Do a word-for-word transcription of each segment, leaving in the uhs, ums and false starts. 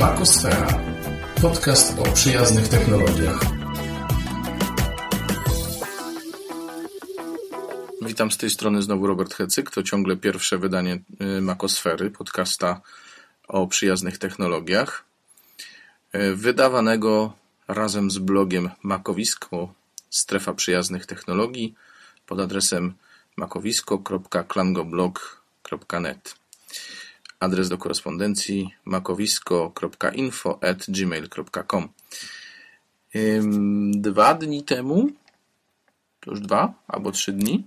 Makosfera. Podcast o przyjaznych technologiach. Witam z tej strony znowu Robert Hecyk. To ciągle pierwsze wydanie Makosfery, podcasta o przyjaznych technologiach. Wydawanego razem z blogiem Makowisko, strefa przyjaznych technologii, pod adresem makowisko kropka klangoblog kropka net. Adres do korespondencji makowisko kropka info at gmail kropka com. Dwa dni temu, to już dwa albo trzy dni,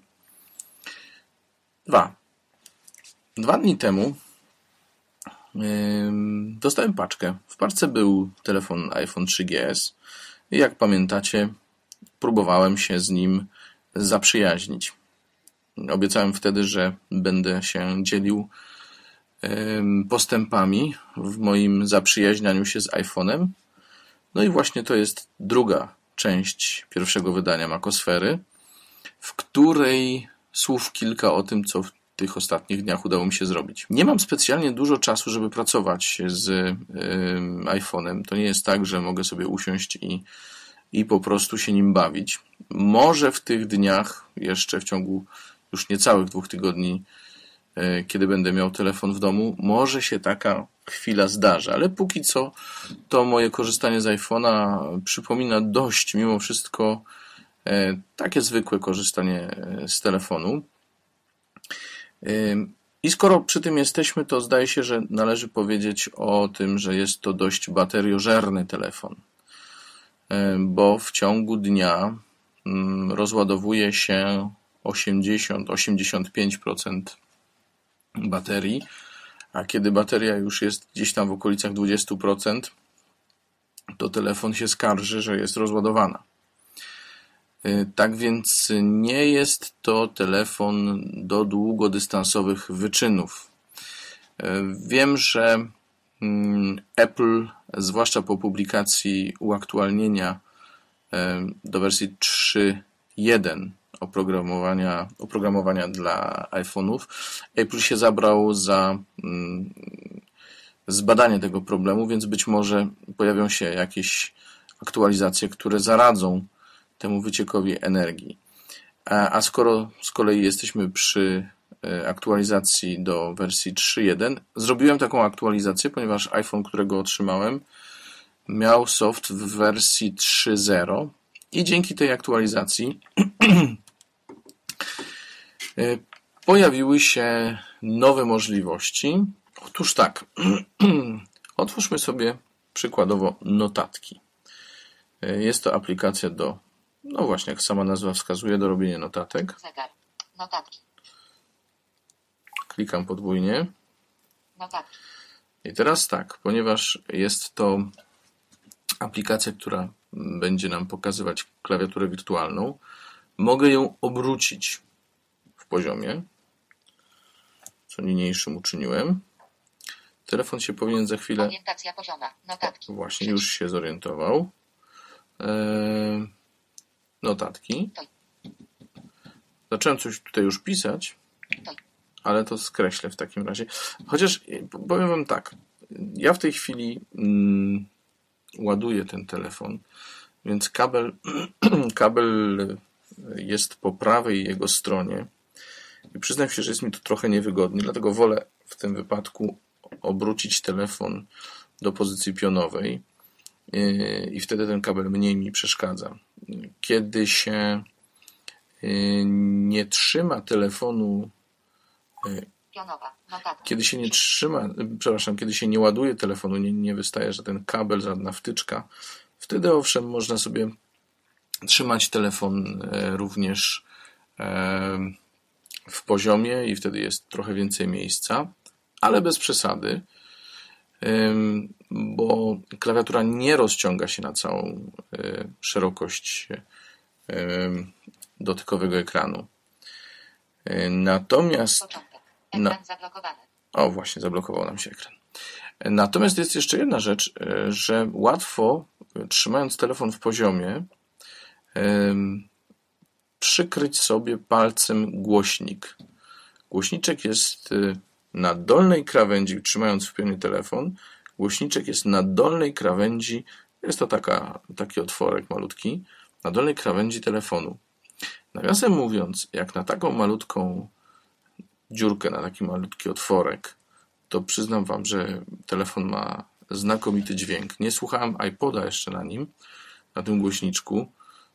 dwa. Dwa dni temu ym, dostałem paczkę. W paczce był telefon iPhone trzy G S i jak pamiętacie, próbowałem się z nim zaprzyjaźnić. Obiecałem wtedy, że będę się dzielił postępami w moim zaprzyjaźnianiu się z iPhone'em. No i właśnie to jest druga część pierwszego wydania Makosfery, w której słów kilka o tym, co w tych ostatnich dniach udało mi się zrobić. Nie mam specjalnie dużo czasu, żeby pracować z y, iPhone'em. To nie jest tak, że mogę sobie usiąść i, i po prostu się nim bawić. Może w tych dniach, jeszcze w ciągu już niecałych dwóch tygodni, kiedy będę miał telefon w domu, może się taka chwila zdarzy, ale póki co to moje korzystanie z iPhone'a przypomina dość mimo wszystko takie zwykłe korzystanie z telefonu. I skoro przy tym jesteśmy, to zdaje się, że należy powiedzieć o tym, że jest to dość bateriożerny telefon, bo w ciągu dnia rozładowuje się osiemdziesiąt do osiemdziesięciu pięciu procent baterii, a kiedy bateria już jest gdzieś tam w okolicach dwudziestu procent, to telefon się skarży, że jest rozładowana. Tak więc nie jest to telefon do długodystansowych wyczynów. Wiem, że Apple, zwłaszcza po publikacji uaktualnienia do wersji trzy jeden oprogramowania, oprogramowania dla iPhone'ów, Apple się zabrał za mm, zbadanie tego problemu, więc być może pojawią się jakieś aktualizacje, które zaradzą temu wyciekowi energii. A, a skoro z kolei jesteśmy przy aktualizacji do wersji trzy jeden, zrobiłem taką aktualizację, ponieważ iPhone, którego otrzymałem, miał soft w wersji trzy zero i dzięki tej aktualizacji pojawiły się nowe możliwości. Otóż tak, otwórzmy sobie przykładowo notatki. Jest to aplikacja do, no właśnie, jak sama nazwa wskazuje, do robienia notatek. Zegar. Notatki. Klikam podwójnie. Notatki. I teraz tak, ponieważ jest to aplikacja, która będzie nam pokazywać klawiaturę wirtualną, mogę ją obrócić w poziomie, co niniejszym uczyniłem. Telefon się powinien za chwilę... Orientacja pozioma. Notatki. Właśnie, już się zorientował. Eee, notatki. Zacząłem coś tutaj już pisać, ale to skreślę w takim razie. Chociaż powiem wam tak, ja w tej chwili mm, ładuję ten telefon, więc kabel, kabel jest po prawej jego stronie i przyznam się, że jest mi to trochę niewygodnie, dlatego wolę w tym wypadku obrócić telefon do pozycji pionowej i wtedy ten kabel mniej mi przeszkadza. Kiedy się nie trzyma telefonu, Pionowa. Notatki. kiedy się nie trzyma, przepraszam, kiedy się nie ładuje telefonu, nie, nie wystaje żaden kabel, żadna wtyczka, wtedy owszem można sobie trzymać telefon również w poziomie i wtedy jest trochę więcej miejsca, ale bez przesady, bo klawiatura nie rozciąga się na całą szerokość dotykowego ekranu. Natomiast... Początek. Ekran zablokowany. O, właśnie, zablokował nam się ekran. Natomiast jest jeszcze jedna rzecz, że łatwo, trzymając telefon w poziomie, przykryć sobie palcem głośnik. Głośniczek jest na dolnej krawędzi, trzymając w pionie telefon, Głośniczek jest na dolnej krawędzi, jest to taka, taki otworek malutki, na dolnej krawędzi telefonu. Nawiasem mówiąc, jak na taką malutką dziurkę, na taki malutki otworek, to przyznam wam, że telefon ma znakomity dźwięk. Nie słuchałem iPoda jeszcze na nim, na tym głośniczku.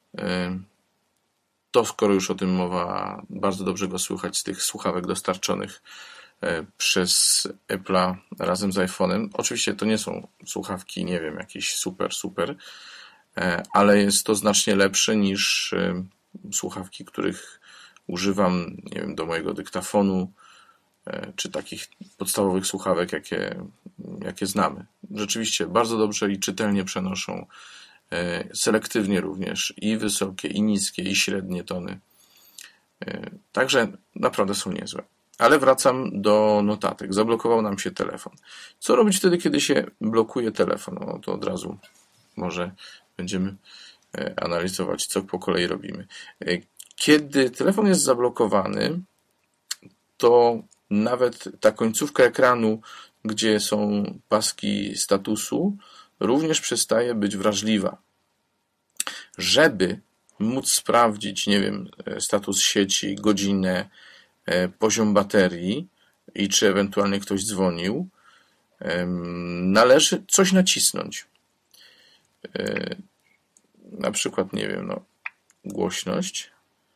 To skoro już o tym mowa, bardzo dobrze go słychać z tych słuchawek dostarczonych przez Apple'a razem z iPhone'em. Oczywiście to nie są słuchawki, nie wiem, jakieś super, super, ale jest to znacznie lepsze niż słuchawki, których używam, nie wiem, do mojego dyktafonu, czy takich podstawowych słuchawek, jakie, jakie znamy. Rzeczywiście bardzo dobrze i czytelnie przenoszą, selektywnie również, i wysokie, i niskie, i średnie tony. Także naprawdę są niezłe. Ale wracam do notatek. Zablokował nam się telefon. Co robić wtedy, kiedy się blokuje telefon? No to od razu może będziemy analizować, co po kolei robimy. Kiedy telefon jest zablokowany, to nawet ta końcówka ekranu, gdzie są paski statusu, również przestaje być wrażliwa. Żeby móc sprawdzić, nie wiem, status sieci, godzinę, poziom baterii i czy ewentualnie ktoś dzwonił, należy coś nacisnąć. Na przykład, nie wiem, no, głośność.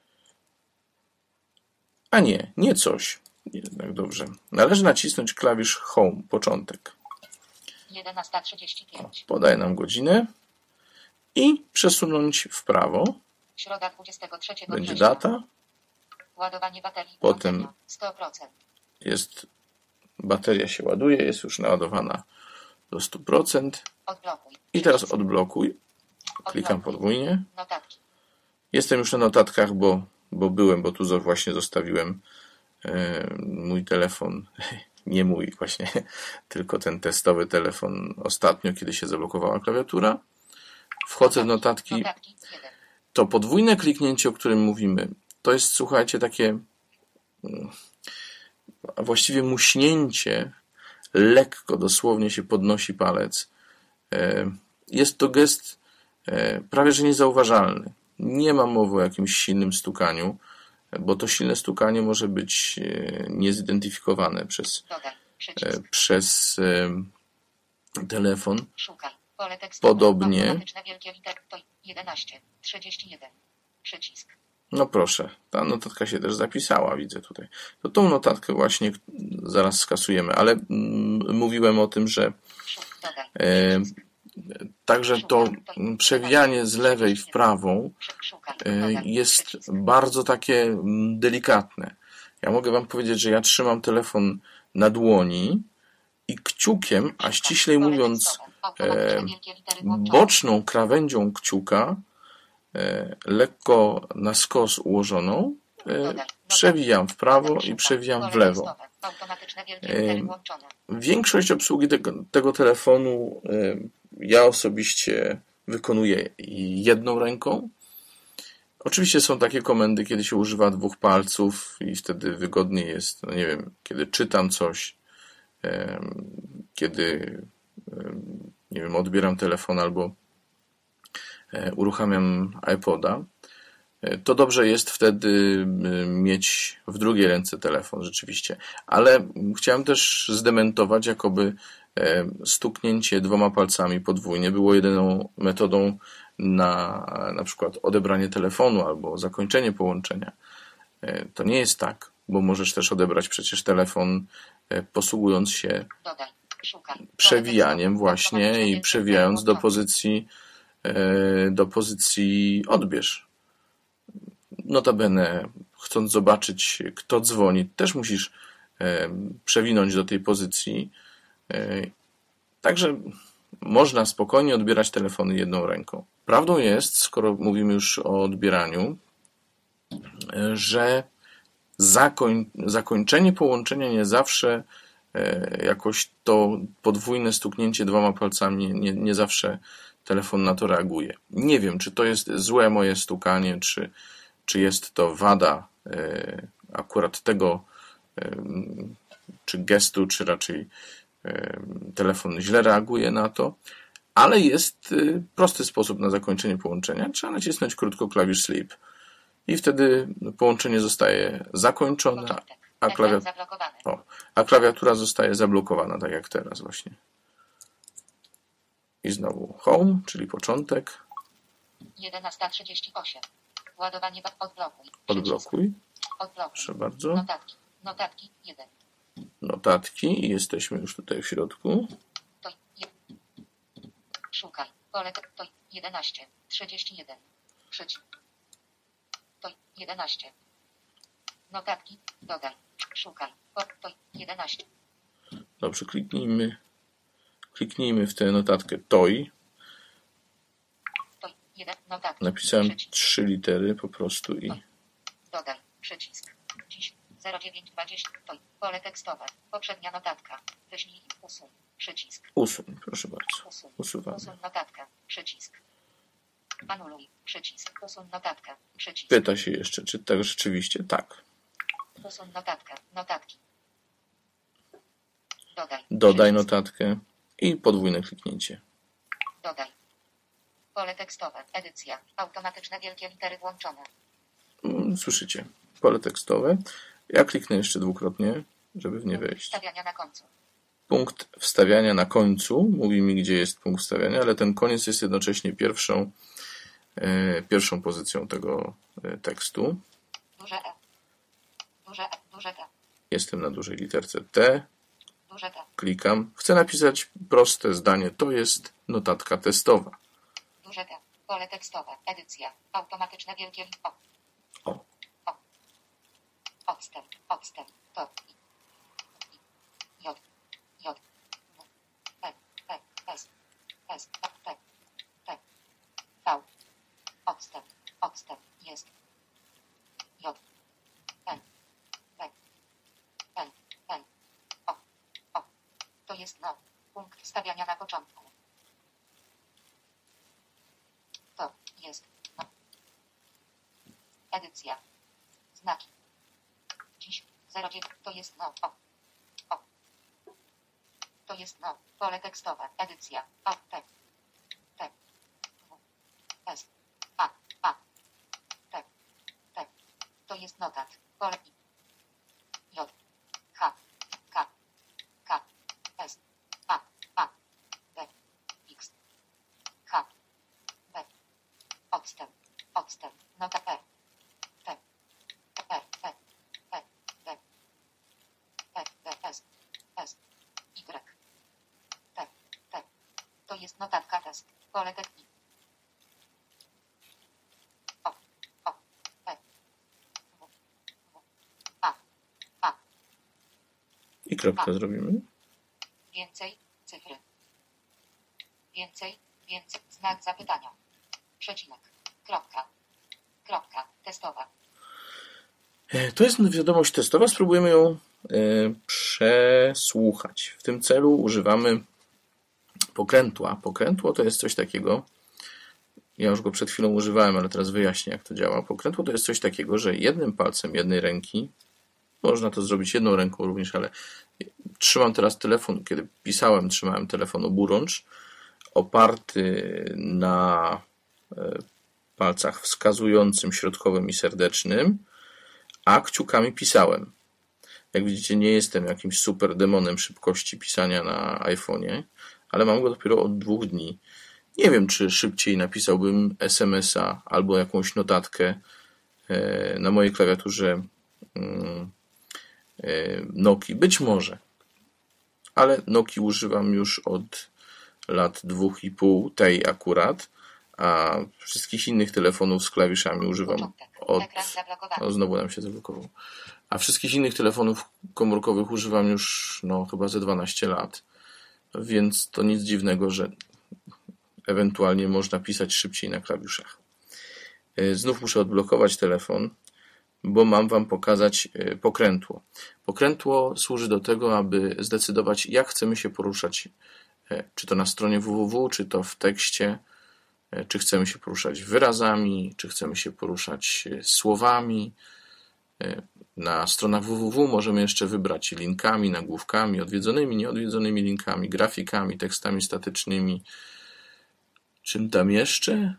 A nie, nie coś. Jednak dobrze. Należy nacisnąć klawisz Home, początek. jedenasta trzydzieści pięć. Podaje nam godzinę i przesunąć w prawo. Środa dwudziestego trzeciego Będzie września. data. Ładowanie baterii. Potem sto procent. jest, bateria się ładuje, jest już naładowana do stu procent. Odblokuj. I teraz odblokuj. Klikam podwójnie. Notatki. Jestem już na notatkach, bo, bo byłem, bo tu właśnie zostawiłem e, mój telefon. Nie mój właśnie, tylko ten testowy telefon ostatnio, kiedy się zablokowała klawiatura. Wchodzę w notatki. Notatki. To podwójne kliknięcie, o którym mówimy, to jest, słuchajcie, takie właściwie muśnięcie, lekko dosłownie się podnosi palec. Jest to gest prawie że niezauważalny. Nie ma mowy o jakimś silnym stukaniu, bo to silne stukanie może być niezidentyfikowane przez, przez telefon. Podobnie. jedenaście trzydzieści jeden. Przycisk. No proszę, ta notatka się też zapisała, widzę tutaj. To tą notatkę właśnie zaraz skasujemy, ale mm, mówiłem o tym, że e, także to przewijanie z lewej w prawą e, jest bardzo takie delikatne. Ja mogę wam powiedzieć, że ja trzymam telefon na dłoni i kciukiem, a ściślej mówiąc e, boczną krawędzią kciuka, lekko na skos ułożoną, przewijam w prawo i przewijam w lewo. Większość obsługi tego, tego telefonu ja osobiście wykonuję jedną ręką. Oczywiście są takie komendy, kiedy się używa dwóch palców i wtedy wygodniej jest, no nie wiem, kiedy czytam coś, kiedy nie wiem, odbieram telefon albo uruchamiam iPoda, to dobrze jest wtedy mieć w drugiej ręce telefon rzeczywiście. Ale chciałem też zdementować, jakoby stuknięcie dwoma palcami podwójnie było jedyną metodą na na przykład odebranie telefonu albo zakończenie połączenia. To nie jest tak, bo możesz też odebrać przecież telefon posługując się przewijaniem właśnie i przewijając do pozycji do pozycji odbierz. Notabene, chcąc zobaczyć, kto dzwoni, też musisz przewinąć do tej pozycji. Także można spokojnie odbierać telefony jedną ręką. Prawdą jest, skoro mówimy już o odbieraniu, że zakoń, zakończenie połączenia nie zawsze jakoś to podwójne stuknięcie dwoma palcami nie, nie zawsze telefon na to reaguje. Nie wiem, czy to jest złe moje stukanie, czy, czy jest to wada e, akurat tego e, czy gestu, czy raczej telefon źle reaguje na to, ale jest prosty sposób na zakończenie połączenia. Trzeba nacisnąć krótko klawisz sleep i wtedy połączenie zostaje zakończone, a, klawiat... o, a klawiatura zostaje zablokowana, tak jak teraz właśnie. I znowu home, czyli początek. jedenasta trzydzieści osiem. Ładowanie odblokuj. Odblokuj. Odblokuj. Proszę bardzo. Notatki. Notatki jeden. Notatki i jesteśmy już tutaj w środku. To je... Szukaj. Pole to jedenaście trzydzieści jeden. Przycisk. To jedenaście. Notatki. Dodaj. Szukaj. To jedenaście. Dobrze, kliknijmy. Kliknijmy w tę notatkę toj. To jeden. Notatki. Napisałem Przycisk. trzy litery po prostu i... Dodaj. Przycisk. Dziś. zero dziewięć dwadzieścia. To pole tekstowe. Poprzednia notatka. Wyślij. Usuń. Przycisk. Usuń, proszę bardzo. Usuń. Usuwamy. Usuń notatkę. Przycisk. Anuluj. Przycisk. Usuń notatkę. Przycisk. Pyta się jeszcze, czy tak rzeczywiście? Tak. Usuń notatkę. Notatki. Dodaj. Dodaj Przycisk. notatkę i podwójne kliknięcie. Dodaj. Pole tekstowe. Edycja. Automatyczne wielkie litery włączone. Słyszycie? Pole tekstowe. Ja kliknę jeszcze dwukrotnie, żeby w nie Punkt wejść. wstawiania na końcu. Punkt wstawiania na końcu. Mówi mi, gdzie jest punkt wstawiania, ale ten koniec jest jednocześnie pierwszą, e, pierwszą pozycją tego e, tekstu. Duże E. Duże E. Duże T. Jestem na dużej literce T. Duże T. Klikam. Chcę napisać proste zdanie. To jest notatka testowa. Duże T. Pole tekstowe. Edycja. Automatyczne wielkie litery. O. O. O. Odstęp. Odstęp. To. I. I. J. J. P. P. S. S. P. P. P. V. Odstęp. Odstęp. Jest. J. N. P. N. N. O. O. To jest no. Punkt wstawiania na początku. To jest no. Edycja. Znaki. Dziś. zero dziewięć. To jest no. O. O. To jest no. Pole tekstowe. Edycja. O. T. T. W. S. A. A. T. T. To jest notat. Pole I. J. K. K. K. S. A. A. B. X. H. B. Odstęp. Odstęp. Nota P. P. P. P. P. B. P. B. S. S. Y. T. T. To jest notatka test. Pole tekst. O. O. P. W. W. A. A. I kropkę A. zrobimy. Więcej. Cyfry. Więcej. Więcej. Znak zapytania. Przecinek. Kropka. Kropka. Testowa. To jest wiadomość testowa. Spróbujemy ją e, przesłuchać. W tym celu używamy pokrętła. Pokrętło to jest coś takiego, ja już go przed chwilą używałem, ale teraz wyjaśnię, jak to działa. Pokrętło to jest coś takiego, że jednym palcem jednej ręki, można to zrobić jedną ręką również, ale trzymam teraz telefon, kiedy pisałem, trzymałem telefon oburącz, oparty na palcach wskazującym, środkowym i serdecznym, a kciukami pisałem. Jak widzicie, nie jestem jakimś super demonem szybkości pisania na iPhone'ie, ale mam go dopiero od dwóch dni. Nie wiem, czy szybciej napisałbym es em es a albo jakąś notatkę na mojej klawiaturze Nokii. Być może. Ale Nokii używam już od lat dwóch i pół, tej akurat, a wszystkich innych telefonów z klawiszami używam od... O, znowu nam się zablokował. A wszystkich innych telefonów komórkowych używam już no chyba ze dwanaście lat. Więc to nic dziwnego, że ewentualnie można pisać szybciej na klawiszach. Znów muszę odblokować telefon, bo mam Wam pokazać pokrętło. Pokrętło służy do tego, aby zdecydować, jak chcemy się poruszać, czy to na stronie www, czy to w tekście, czy chcemy się poruszać wyrazami, czy chcemy się poruszać słowami, Na stronach www możemy jeszcze wybrać linkami, nagłówkami, odwiedzonymi, nieodwiedzonymi linkami, grafikami, tekstami statycznymi. Czym tam jeszcze?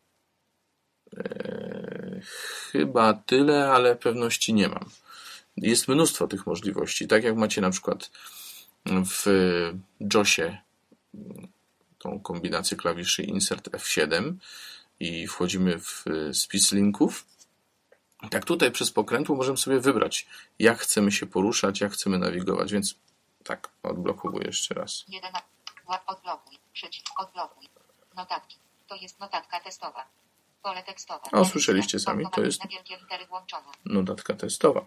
Eee, chyba tyle, ale pewności nie mam. Jest mnóstwo tych możliwości. Tak jak macie na przykład w josie tą kombinację klawiszy Insert F siedem i wchodzimy w spis linków, tak tutaj przez pokrętło możemy sobie wybrać, jak chcemy się poruszać, jak chcemy nawigować, więc tak, odblokowuję jeszcze raz. jeden. Odblokuj. Przycisk odblokuj. Notatki. To jest notatka testowa. Pole tekstowe. O, słyszeliście sami, to jest notatka testowa.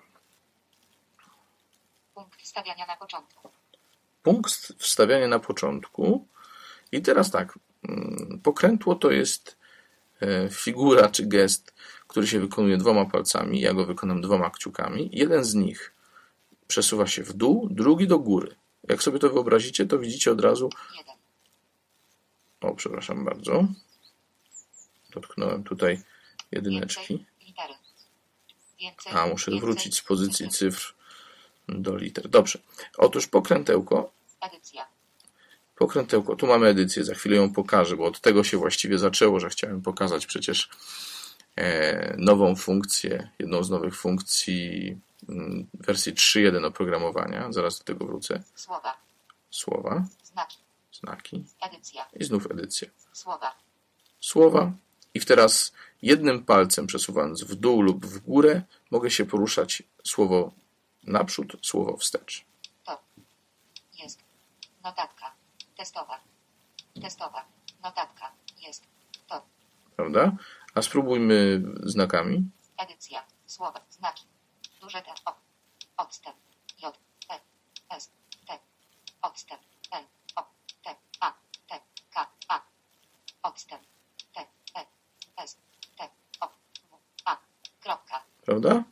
Punkt wstawiania na początku. Punkt wstawiania na początku. I teraz tak, pokrętło to jest figura czy gest, który się wykonuje dwoma palcami. Ja go wykonam dwoma kciukami. Jeden z nich przesuwa się w dół, drugi do góry. Jak sobie to wyobrazicie, to widzicie od razu... Jeden. O, przepraszam bardzo. Dotknąłem tutaj jedyneczki. Więcej, Więcej, A, muszę więcej, wrócić z pozycji cyfr do liter. Dobrze. Otóż pokrętełko. Edycja. Pokrętełko. Tu mamy edycję. Za chwilę ją pokażę, bo od tego się właściwie zaczęło, że chciałem pokazać przecież e, nową funkcję, jedną z nowych funkcji m, wersji trzy jeden oprogramowania. Zaraz do tego wrócę. Słowa. Słowa. Znaki. Znaki. Edycja. I znów edycja. Słowa. Słowa. I teraz jednym palcem przesuwając w dół lub w górę mogę się poruszać słowo naprzód, słowo wstecz. To jest notatka testowa. Testowa. Notatka jest to. Prawda? A spróbujmy znakami. Edycja. Słowa. Znaki. Duże T. O. Odstęp. J. E. S. T. Odstęp. L. O. T. A. T. K. A. Odstęp. T. E. S. T. O. W. A. Kropka. Prawda?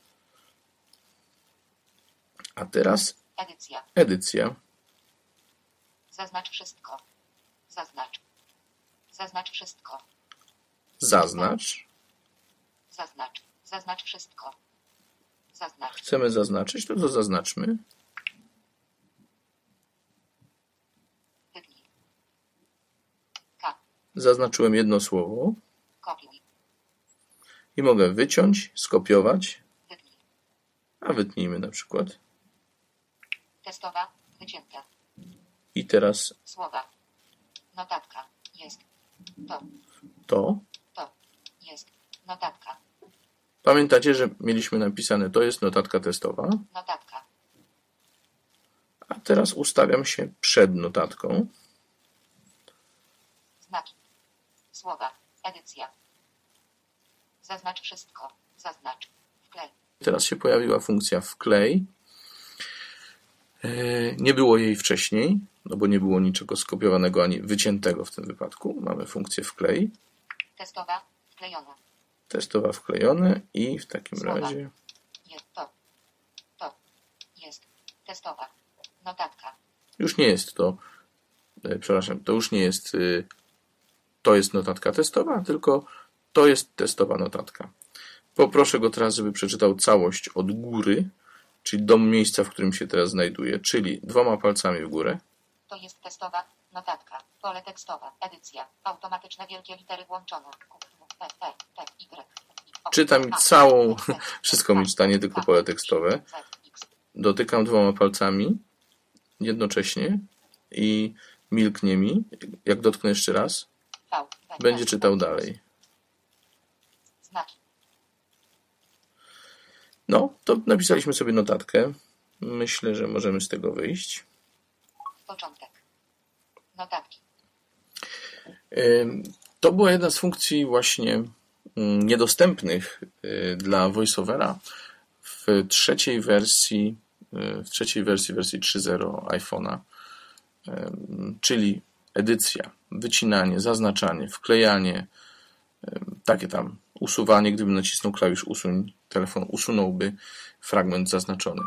A teraz Edycja. edycja. Zaznacz wszystko. Zaznacz. Zaznacz wszystko. Zaznacz. Zaznacz. Zaznacz wszystko. Zaznacz. Chcemy zaznaczyć, to to zaznaczmy. Wytnij. K. Zaznaczyłem jedno słowo Kopiuj. i mogę wyciąć, skopiować, Wytnij. a wytnijmy na przykład. Testowa. Wycięta. I teraz Słowa. Notatka. Jest. To. to. To. Jest. Notatka. Pamiętacie, że mieliśmy napisane, to jest notatka testowa, Notatka. a teraz ustawiam się przed notatką. Znaki. Słowa. Edycja. Zaznacz wszystko. Zaznacz. Wklej. Teraz się pojawiła funkcja wklej. Nie było jej wcześniej, no bo nie było niczego skopiowanego ani wyciętego w tym wypadku. Mamy funkcję wklej. Testowa. Wklejona. Testowa wklejone i w takim Słowa. razie Jest to. To. Jest. Testowa. Notatka. już nie jest to, e, przepraszam, to już nie jest y, to jest notatka testowa, tylko to jest testowa notatka. Poproszę go teraz, żeby przeczytał całość od góry, czyli do miejsca, w którym się teraz znajduje, czyli dwoma palcami w górę. To jest testowa. Notatka. Pole tekstowe. Edycja. Automatyczne wielkie litery włączone. Q, P, P, T, Y. O, Czytam A, całą, T, T, wszystko mi czyta, nie tylko pole tekstowe. Z, X. Dotykam dwoma palcami jednocześnie i milknie mi. Jak dotknę jeszcze raz, V, P, będzie P, czytał P, dalej. Znaki. No, to napisaliśmy sobie notatkę. Myślę, że możemy z tego wyjść. Początek. Notatki. Ym, To była jedna z funkcji właśnie ym, niedostępnych y, dla VoiceOvera w trzeciej wersji, y, w trzeciej wersji, wersji trzy zero iPhone'a, ym, czyli edycja, wycinanie, zaznaczanie, wklejanie, ym, takie tam usuwanie. Gdybym nacisnął klawisz usuń, telefon usunąłby fragment zaznaczony.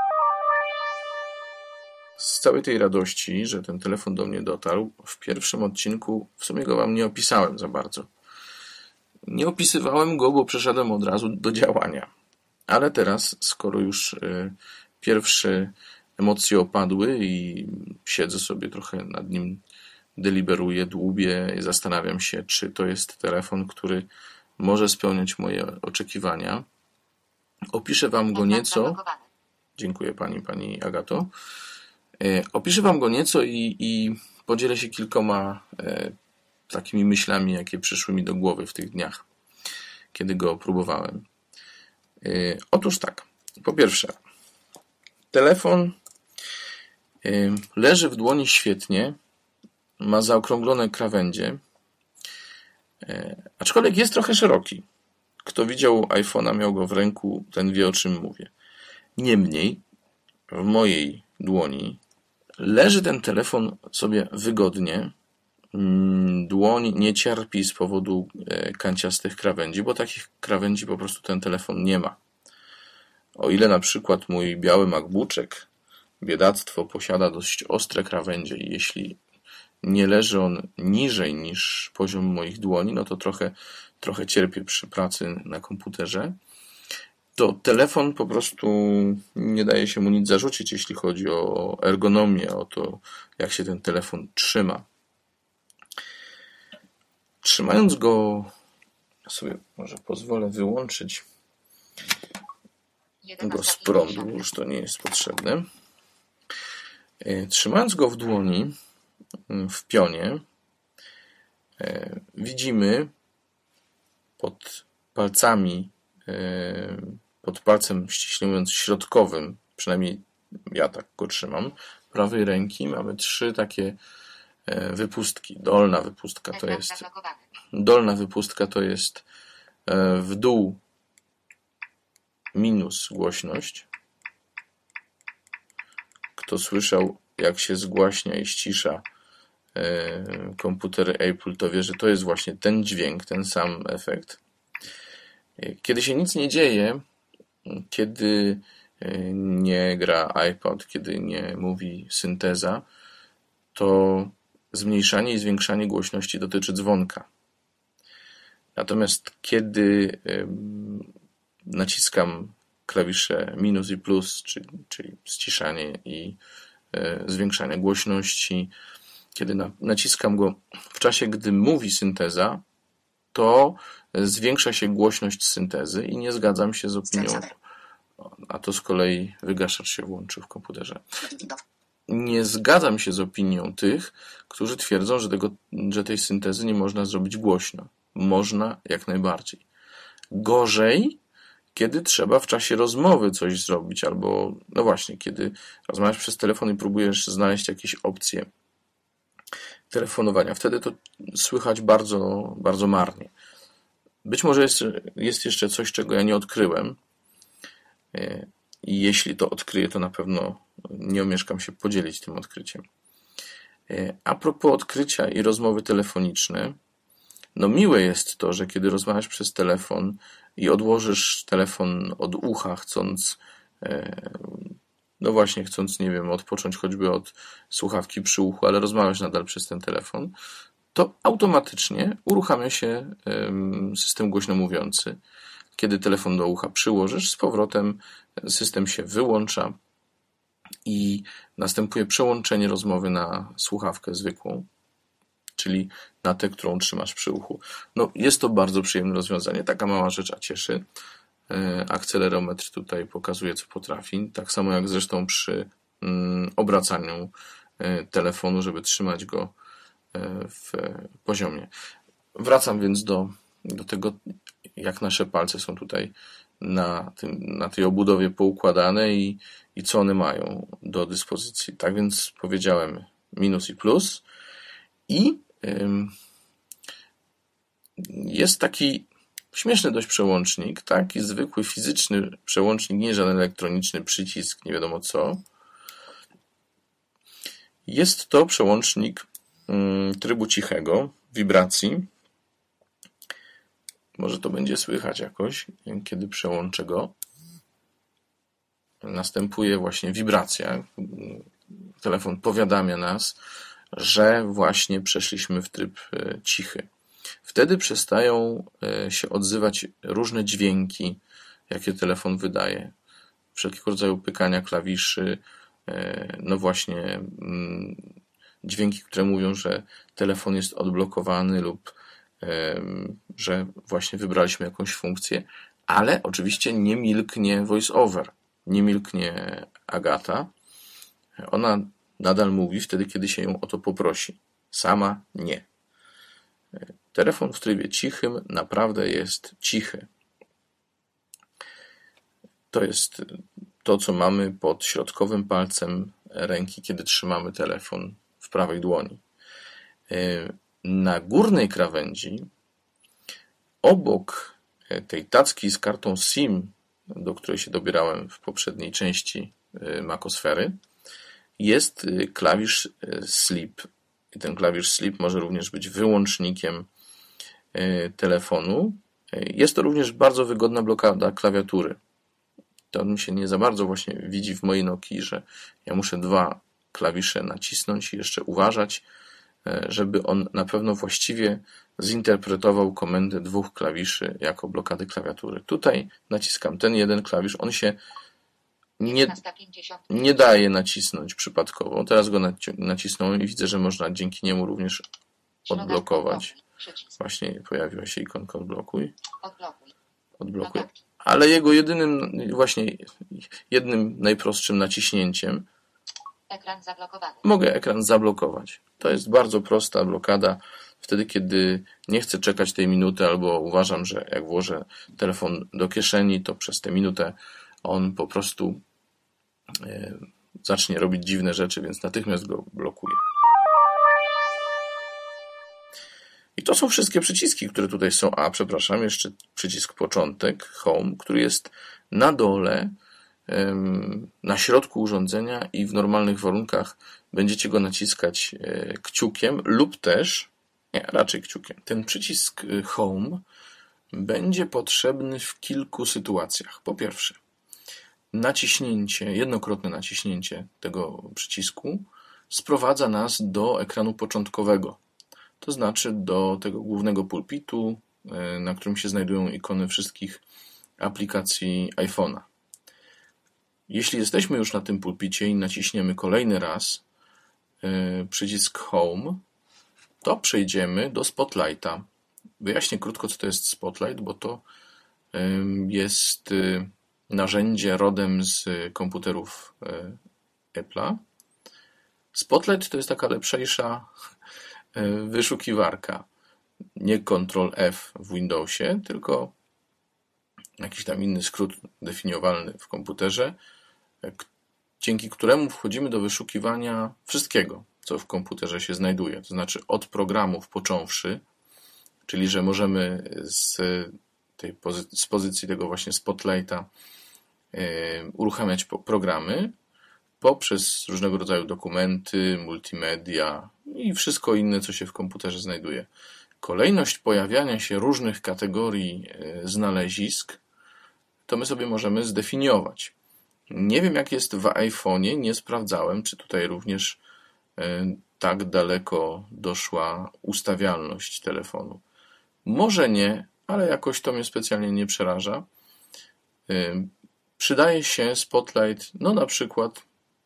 Z całej tej radości, że ten telefon do mnie dotarł, w pierwszym odcinku w sumie go wam nie opisałem za bardzo. Nie opisywałem go, bo przeszedłem od razu do działania. Ale teraz, skoro już pierwsze emocje opadły i siedzę sobie trochę nad nim, deliberuję, dłubię i zastanawiam się, czy to jest telefon, który może spełniać moje oczekiwania. Opiszę Wam go nieco. Dziękuję Pani, Pani Agato. Opiszę Wam go nieco i, i podzielę się kilkoma e, takimi myślami, jakie przyszły mi do głowy w tych dniach, kiedy go próbowałem. E, otóż tak, po pierwsze, telefon e, leży w dłoni świetnie, ma zaokrąglone krawędzie, e, aczkolwiek jest trochę szeroki. Kto widział iPhone'a, miał go w ręku, ten wie, o czym mówię. Niemniej w mojej dłoni leży ten telefon sobie wygodnie. Dłoń nie cierpi z powodu kanciastych krawędzi, bo takich krawędzi po prostu ten telefon nie ma. O ile na przykład mój biały MacBookek, biedactwo, posiada dość ostre krawędzie i jeśli nie leży on niżej niż poziom moich dłoni, no to trochę, trochę cierpię przy pracy na komputerze. To telefon po prostu nie daje się mu nic zarzucić, jeśli chodzi o ergonomię, o to, jak się ten telefon trzyma. Trzymając go, ja sobie może pozwolę wyłączyć go z prądu, bo już to nie jest potrzebne. Trzymając go w dłoni, w pionie, widzimy pod palcami, pod palcem ściśle mówiąc środkowym, przynajmniej ja tak go trzymam, prawej ręki mamy trzy takie wypustki. Dolna wypustka to jest dolna wypustka to jest w dół minus głośność. Kto słyszał, jak się zgłaśnia i ścisza komputery Apple, to wie, że to jest właśnie ten dźwięk, ten sam efekt. Kiedy się nic nie dzieje, kiedy nie gra iPod, kiedy nie mówi synteza, to zmniejszanie i zwiększanie głośności dotyczy dzwonka. Natomiast kiedy naciskam klawisze minus i plus, czyli, czyli ściszanie i zwiększanie głośności, kiedy naciskam go w czasie, gdy mówi synteza, to zwiększa się głośność syntezy i nie zgadzam się z opinią, a to z kolei wygaszacz się włączy w komputerze. Nie zgadzam się z opinią tych, którzy twierdzą, że, tego, że tej syntezy nie można zrobić głośno. Można jak najbardziej. Gorzej, kiedy trzeba w czasie rozmowy coś zrobić, albo no właśnie, kiedy rozmawiasz przez telefon i próbujesz znaleźć jakieś opcje telefonowania. Wtedy to słychać bardzo, bardzo marnie. Być może jest, jest jeszcze coś, czego ja nie odkryłem i jeśli to odkryję, to na pewno nie omieszkam się podzielić tym odkryciem. A propos odkrycia i rozmowy telefoniczne, no miłe jest to, że kiedy rozmawiasz przez telefon i odłożysz telefon od ucha, chcąc no właśnie, chcąc, nie wiem, odpocząć choćby od słuchawki przy uchu, ale rozmawiasz nadal przez ten telefon, to automatycznie uruchamia się system głośno mówiący. Kiedy telefon do ucha przyłożysz, z powrotem system się wyłącza i następuje przełączenie rozmowy na słuchawkę zwykłą, czyli na tę, którą trzymasz przy uchu. No, jest to bardzo przyjemne rozwiązanie. Taka mała rzecz, a cieszy. Akcelerometr tutaj pokazuje, co potrafi. Tak samo jak zresztą przy obracaniu telefonu, żeby trzymać go w poziomie. Wracam więc do, do tego, jak nasze palce są tutaj na, tym, na tej obudowie poukładane i, i co one mają do dyspozycji. Tak więc powiedziałem minus i plus i ym, jest taki śmieszny dość przełącznik, taki zwykły fizyczny przełącznik, nie żaden elektroniczny przycisk, nie wiadomo co. Jest to przełącznik ym, trybu cichego, wibracji. Może to będzie słychać jakoś, kiedy przełączę go. Następuje właśnie wibracja. Telefon powiadamia nas, że właśnie przeszliśmy w tryb cichy. Wtedy przestają się odzywać różne dźwięki jakie telefon wydaje. Wszelkiego rodzaju pykania klawiszy, no właśnie dźwięki, które mówią, że telefon jest odblokowany lub że właśnie wybraliśmy jakąś funkcję, ale oczywiście nie milknie voice-over, nie milknie Agata. Ona nadal mówi wtedy, kiedy się ją o to poprosi. Sama nie. Telefon w trybie cichym naprawdę jest cichy. To jest to, co mamy pod środkowym palcem ręki, kiedy trzymamy telefon w prawej dłoni. Na górnej krawędzi, obok tej tacki z kartą SIM, do której się dobierałem w poprzedniej części Macosfery, jest klawisz Sleep. I ten klawisz Sleep może również być wyłącznikiem telefonu. Jest to również bardzo wygodna blokada klawiatury. To mi się nie za bardzo właśnie widzi w mojej Nokii, że ja muszę dwa klawisze nacisnąć i jeszcze uważać, żeby on na pewno właściwie zinterpretował komendę dwóch klawiszy jako blokady klawiatury. Tutaj naciskam ten jeden klawisz, on się nie, nie daje nacisnąć przypadkowo. Teraz go nacisnąłem i widzę, że można dzięki niemu również odblokować. Właśnie pojawiła się ikonka odblokuj. Odblokuj. Ale jego jedynym, właśnie jednym najprostszym naciśnięciem ekran zablokowany. Mogę ekran zablokować. To jest bardzo prosta blokada. Wtedy, kiedy nie chcę czekać tej minuty albo uważam, że jak włożę telefon do kieszeni, to przez tę minutę on po prostu zacznie robić dziwne rzeczy, więc natychmiast go blokuję. I to są wszystkie przyciski, które tutaj są. A, przepraszam, jeszcze przycisk początek, Home, który jest na dole, na środku urządzenia i w normalnych warunkach będziecie go naciskać kciukiem lub też, nie, raczej kciukiem. Ten przycisk Home będzie potrzebny w kilku sytuacjach. Po pierwsze, naciśnięcie, jednokrotne naciśnięcie tego przycisku sprowadza nas do ekranu początkowego. To znaczy do tego głównego pulpitu, na którym się znajdują ikony wszystkich aplikacji iPhone'a. Jeśli jesteśmy już na tym pulpicie i naciśniemy kolejny raz przycisk Home, to przejdziemy do Spotlighta. Wyjaśnię krótko, co to jest Spotlight, bo to jest narzędzie rodem z komputerów Apple'a. Spotlight to jest taka lepszejsza wyszukiwarka. Nie Ctrl F w Windowsie, tylko jakiś tam inny skrót definiowalny w komputerze, dzięki któremu wchodzimy do wyszukiwania wszystkiego, co w komputerze się znajduje. To znaczy od programów począwszy, czyli że możemy z, tej pozy- z pozycji tego właśnie Spotlighta yy, uruchamiać programy, poprzez różnego rodzaju dokumenty, multimedia i wszystko inne, co się w komputerze znajduje. Kolejność pojawiania się różnych kategorii znalezisk to my sobie możemy zdefiniować. Nie wiem, jak jest w iPhone'ie, nie sprawdzałem, czy tutaj również tak daleko doszła ustawialność telefonu. Może nie, ale jakoś to mnie specjalnie nie przeraża. Przydaje się Spotlight, no na przykład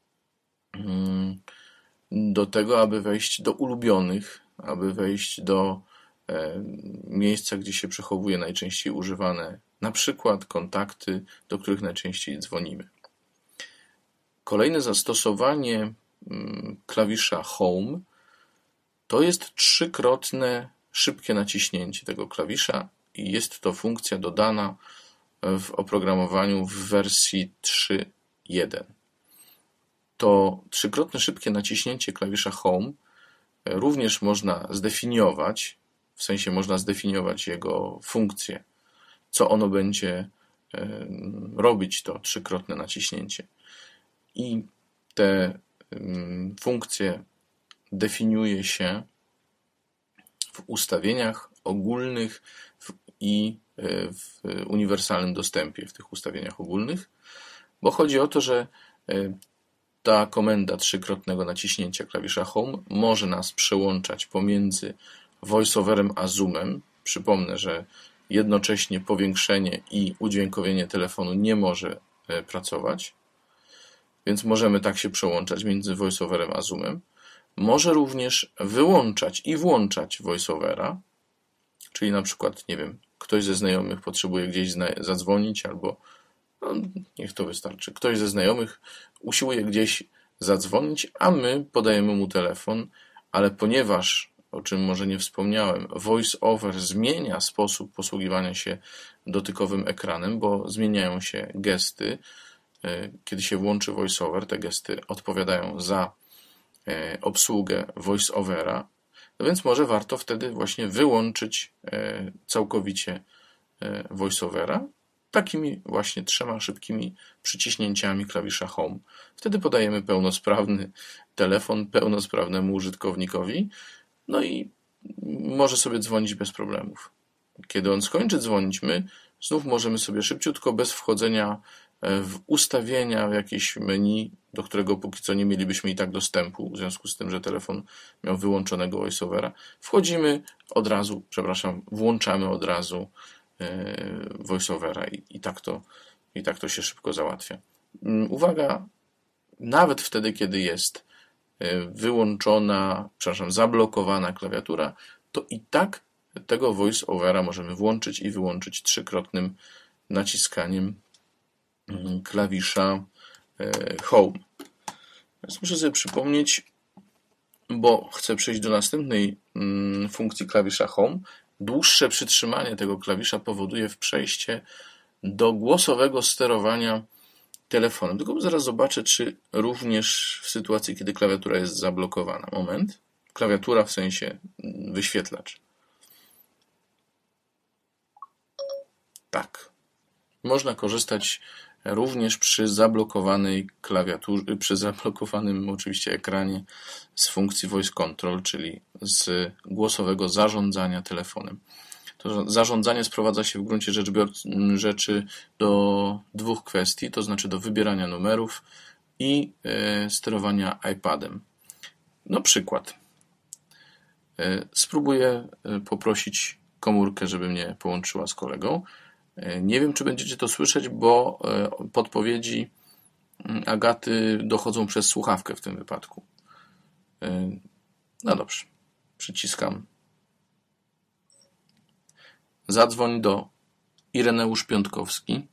do tego, aby wejść do ulubionych, aby wejść do miejsca, gdzie się przechowuje najczęściej używane, na przykład kontakty, do których najczęściej dzwonimy. Kolejne zastosowanie klawisza Home to jest trzykrotne szybkie naciśnięcie tego klawisza i jest to funkcja dodana w oprogramowaniu w wersji trzy jeden. To trzykrotne szybkie naciśnięcie klawisza Home również można zdefiniować, w sensie można zdefiniować jego funkcję, co ono będzie robić, to trzykrotne naciśnięcie. I te funkcje definiuje się w ustawieniach ogólnych i w uniwersalnym dostępie w tych ustawieniach ogólnych, bo chodzi o to, że ta komenda trzykrotnego naciśnięcia klawisza Home może nas przełączać pomiędzy VoiceOverem a Zoomem. Przypomnę, że jednocześnie powiększenie i udźwiękowienie telefonu nie może pracować, więc możemy tak się przełączać między VoiceOverem a Zoomem. Może również wyłączać i włączać VoiceOvera, czyli na przykład, nie wiem, ktoś ze znajomych potrzebuje gdzieś zadzwonić albo, no, niech to wystarczy, ktoś ze znajomych usiłuje gdzieś zadzwonić, a my podajemy mu telefon, ale ponieważ, o czym może nie wspomniałem, VoiceOver zmienia sposób posługiwania się dotykowym ekranem, bo zmieniają się gesty. Kiedy się włączy VoiceOver, te gesty odpowiadają za obsługę VoiceOvera, no więc może warto wtedy właśnie wyłączyć całkowicie VoiceOvera takimi właśnie trzema szybkimi przyciśnięciami klawisza Home. Wtedy podajemy pełnosprawny telefon pełnosprawnemu użytkownikowi, no i może sobie dzwonić bez problemów. Kiedy on skończy dzwonić, my znów możemy sobie szybciutko, bez wchodzenia w ustawienia, w jakieś menu, do którego póki co nie mielibyśmy i tak dostępu, w związku z tym, że telefon miał wyłączonego VoiceOvera, wchodzimy od razu, przepraszam, włączamy od razu VoiceOvera i, i, tak to, i tak to się szybko załatwia. Uwaga, nawet wtedy, kiedy jest wyłączona, przepraszam, zablokowana klawiatura, to i tak tego VoiceOvera możemy włączyć i wyłączyć trzykrotnym naciskaniem klawisza Home. Teraz muszę sobie przypomnieć, bo chcę przejść do następnej funkcji klawisza Home. Dłuższe przytrzymanie tego klawisza powoduje w przejście do głosowego sterowania telefonem. Tylko zaraz zobaczę, czy również w sytuacji, kiedy klawiatura jest zablokowana. Moment. Klawiatura w sensie wyświetlacz. Tak. Można korzystać również przy zablokowanej klawiaturze, przy zablokowanym oczywiście ekranie z funkcji Voice Control, czyli z głosowego zarządzania telefonem. To zarządzanie sprowadza się w gruncie rzeczy do dwóch kwestii, to znaczy do wybierania numerów i sterowania iPadem. No przykład. Spróbuję poprosić komórkę, żeby mnie połączyła z kolegą. Nie wiem, czy będziecie to słyszeć, bo podpowiedzi Agaty dochodzą przez słuchawkę w tym wypadku. No dobrze. Przyciskam. Zadzwoń do Ireneusz Piątkowski.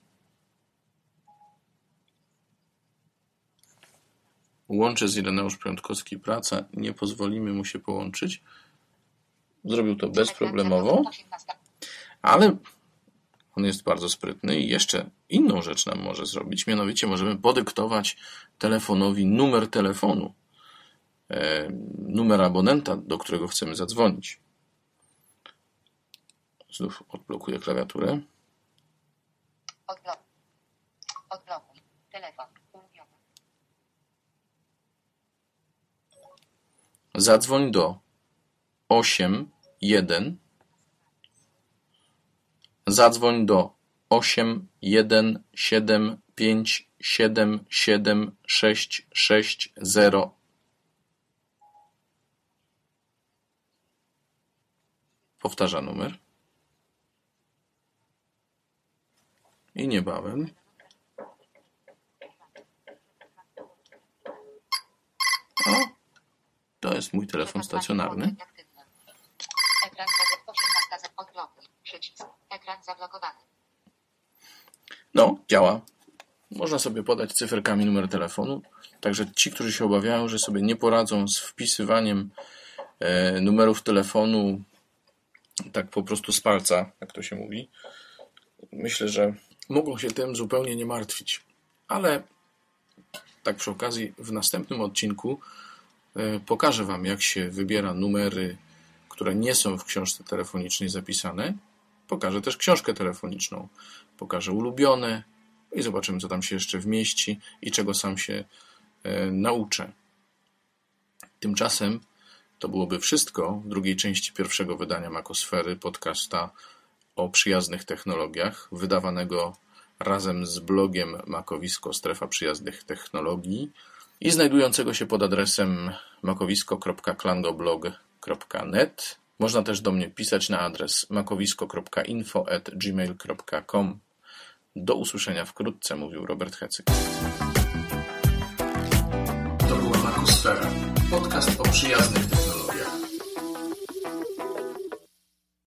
Łączę z Ireneusz Piątkowski pracę. Nie pozwolimy mu się połączyć. Zrobił to bezproblemowo. Ale on jest bardzo sprytny i jeszcze inną rzecz nam może zrobić. Mianowicie możemy podyktować telefonowi numer telefonu. E, numer abonenta, do którego chcemy zadzwonić. Znów odblokuję klawiaturę. Odblokuj. Odblokuj. Telefon. Ulubiony. Zadzwoń do osiem jeden. Zadzwoń do osiem jeden siedem pięć siedem siedem sześć sześć zero. Powtarza numer. I niebawem o, to jest mój telefon stacjonarny. Ekran osiemnasty. Odblokuj. Przycisk. Ekran zablokowany. No, działa. Można sobie podać cyferkami numer telefonu. Także ci, którzy się obawiają, że sobie nie poradzą z wpisywaniem e, numerów telefonu tak po prostu z palca, jak to się mówi, myślę, że mogą się tym zupełnie nie martwić. Ale tak przy okazji w następnym odcinku e, pokażę Wam, jak się wybiera numery, które nie są w książce telefonicznej zapisane. Pokażę też książkę telefoniczną. Pokażę ulubione i zobaczymy, co tam się jeszcze wmieści i czego sam się e, nauczę. Tymczasem to byłoby wszystko w drugiej części pierwszego wydania Makosfery, podcasta o przyjaznych technologiach, wydawanego razem z blogiem Makowisko Strefa Przyjaznych Technologii i znajdującego się pod adresem makowisko kropka klangoblog kropka net. Można też do mnie pisać na adres makowisko kropka info at gmail kropka com. Do usłyszenia wkrótce, mówił Robert Hecyk. To była Makosfera, podcast o przyjaznych